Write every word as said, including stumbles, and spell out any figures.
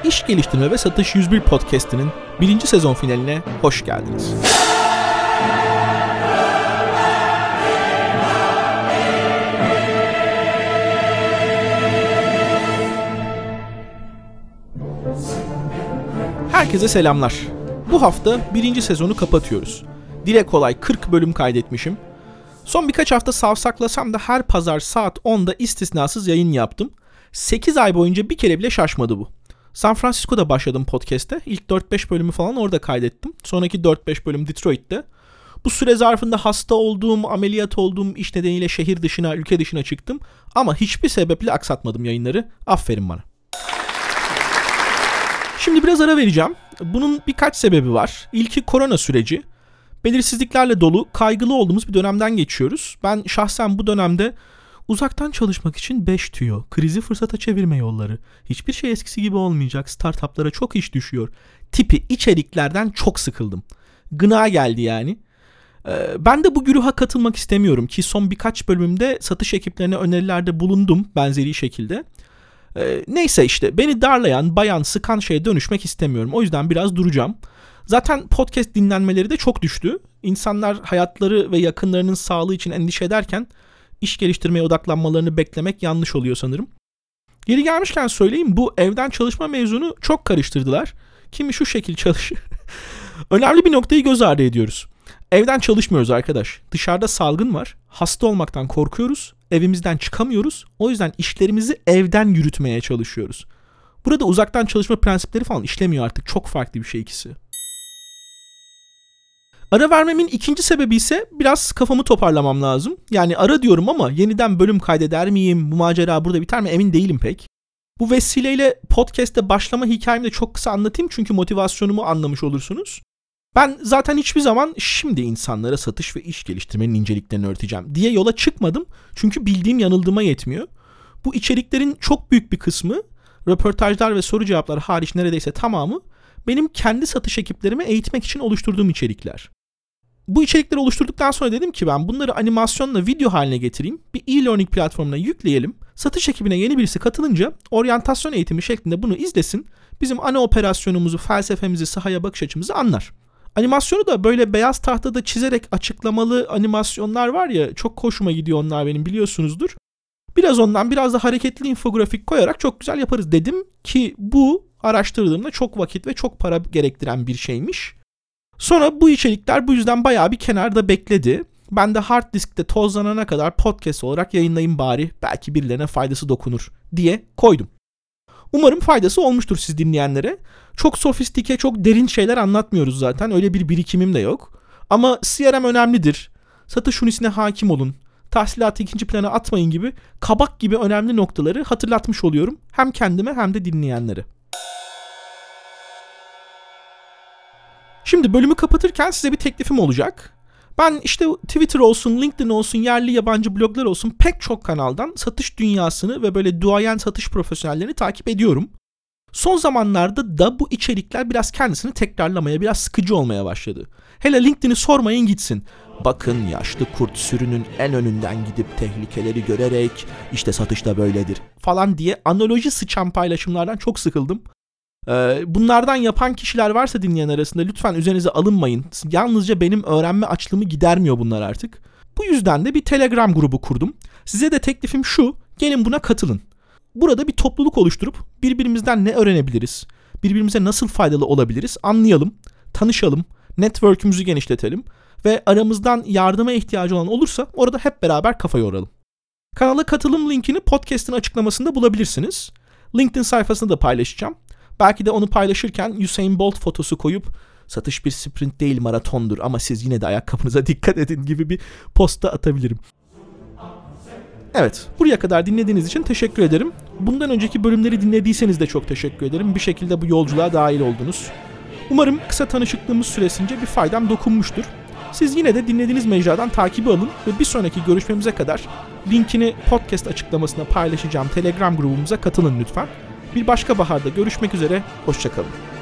İş Geliştirme ve Satış yüz bir Podcast'inin birinci sezon finaline hoş geldiniz. Herkese selamlar. Bu hafta birinci sezonu kapatıyoruz. Dile kolay kırk bölüm kaydetmişim. Son birkaç hafta savsaklasam da her pazar saat onda istisnasız yayın yaptım. sekiz ay boyunca bir kere bile şaşmadı bu. San Francisco'da başladım podcast'te. İlk dört beş bölümü falan orada kaydettim. Sonraki dört beş bölüm Detroit'te. Bu süre zarfında hasta olduğum, ameliyat olduğum iş nedeniyle şehir dışına, ülke dışına çıktım. Ama hiçbir sebeple aksatmadım yayınları. Aferin bana. Şimdi biraz ara vereceğim. Bunun birkaç sebebi var. İlki korona süreci. Belirsizliklerle dolu, kaygılı olduğumuz bir dönemden geçiyoruz. Ben şahsen bu dönemde uzaktan çalışmak için beş tüyo, krizi fırsata çevirme yolları, hiçbir şey eskisi gibi olmayacak, startuplara çok iş düşüyor tipi içeriklerden çok sıkıldım. Gına geldi yani. Ee, ben de bu güruha katılmak istemiyorum ki son birkaç bölümde satış ekiplerine önerilerde bulundum benzeri şekilde. Ee, neyse işte beni darlayan, bayan, sıkan şeye dönüşmek istemiyorum. O yüzden biraz duracağım. Zaten podcast dinlenmeleri de çok düştü. İnsanlar hayatları ve yakınlarının sağlığı için endişe ederken iş geliştirmeye odaklanmalarını beklemek yanlış oluyor sanırım. Geri gelmişken söyleyeyim, bu evden çalışma mevzunu çok karıştırdılar. Kimi şu şekil çalışır. Önemli bir noktayı göz ardı ediyoruz. Evden çalışmıyoruz arkadaş. Dışarıda salgın var. Hasta olmaktan korkuyoruz. Evimizden çıkamıyoruz. O yüzden işlerimizi evden yürütmeye çalışıyoruz. Burada uzaktan çalışma prensipleri falan işlemiyor artık. Çok farklı bir şey ikisi. Ara vermemin ikinci sebebi ise biraz kafamı toparlamam lazım. Yani ara diyorum ama yeniden bölüm kaydeder miyim? Bu macera burada biter mi? Emin değilim pek. Bu vesileyle podcast'te başlama hikayemi de çok kısa anlatayım çünkü motivasyonumu anlamış olursunuz. Ben zaten hiçbir zaman şimdi insanlara satış ve iş geliştirmenin inceliklerini öğreteceğim diye yola çıkmadım. Çünkü bildiğim yanıldığıma yetmiyor. Bu içeriklerin çok büyük bir kısmı, röportajlar ve soru cevaplar hariç neredeyse tamamı, benim kendi satış ekiplerimi eğitmek için oluşturduğum içerikler. Bu içerikleri oluşturduktan sonra dedim ki ben bunları animasyonla video haline getireyim. Bir e-learning platformuna yükleyelim. Satış ekibine yeni birisi katılınca oryantasyon eğitimi şeklinde bunu izlesin. Bizim ana operasyonumuzu, felsefemizi, sahaya bakış açımızı anlar. Animasyonu da böyle beyaz tahtada çizerek açıklamalı animasyonlar var ya, çok hoşuma gidiyor onlar benim, biliyorsunuzdur. Biraz ondan biraz da hareketli infografik koyarak çok güzel yaparız dedim ki bu araştırdığımda çok vakit ve çok para gerektiren bir şeymiş. Sonra bu içerikler bu yüzden bayağı bir kenarda bekledi. Ben de hard diskte tozlanana kadar podcast olarak yayınlayayım bari, belki birilerine faydası dokunur diye koydum. Umarım faydası olmuştur siz dinleyenlere. Çok sofistike, çok derin şeyler anlatmıyoruz zaten. Öyle bir birikimim de yok. Ama C R M önemlidir. Satış unisine hakim olun. Tahsilatı ikinci plana atmayın gibi kabak gibi önemli noktaları hatırlatmış oluyorum. Hem kendime hem de dinleyenlere. Şimdi bölümü kapatırken size bir teklifim olacak. Ben işte Twitter olsun, LinkedIn olsun, yerli yabancı bloglar olsun pek çok kanaldan satış dünyasını ve böyle duayen satış profesyonellerini takip ediyorum. Son zamanlarda da bu içerikler biraz kendisini tekrarlamaya, biraz sıkıcı olmaya başladı. Hele LinkedIn'i sormayın gitsin. Bakın yaşlı kurt sürünün en önünden gidip tehlikeleri görerek işte satışta böyledir falan diye analoji sıçan paylaşımlardan çok sıkıldım. Bunlardan yapan kişiler varsa dinleyen arasında lütfen üzerinize alınmayın. Yalnızca benim öğrenme açlığımı gidermiyor bunlar artık. Bu yüzden de bir Telegram grubu kurdum. Size de teklifim şu: gelin buna katılın. Burada bir topluluk oluşturup birbirimizden ne öğrenebiliriz, birbirimize nasıl faydalı olabiliriz anlayalım, tanışalım, network'ümüzü genişletelim ve aramızdan yardıma ihtiyacı olan olursa orada hep beraber kafa yoralım. Kanala katılım linkini podcast'ın açıklamasında bulabilirsiniz. LinkedIn sayfasında da paylaşacağım. Belki de onu paylaşırken Usain Bolt fotosu koyup satış bir sprint değil maratondur ama siz yine de ayakkabınıza dikkat edin gibi bir posta atabilirim. Evet, buraya kadar dinlediğiniz için teşekkür ederim. Bundan önceki bölümleri dinlediyseniz de çok teşekkür ederim. Bir şekilde bu yolculuğa dahil oldunuz. Umarım kısa tanışıklığımız süresince bir faydam dokunmuştur. Siz yine de dinlediğiniz mecradan takibi alın ve bir sonraki görüşmemize kadar linkini podcast açıklamasına paylaşacağım Telegram grubumuza katılın lütfen. Bir başka baharda görüşmek üzere, hoşça kalın.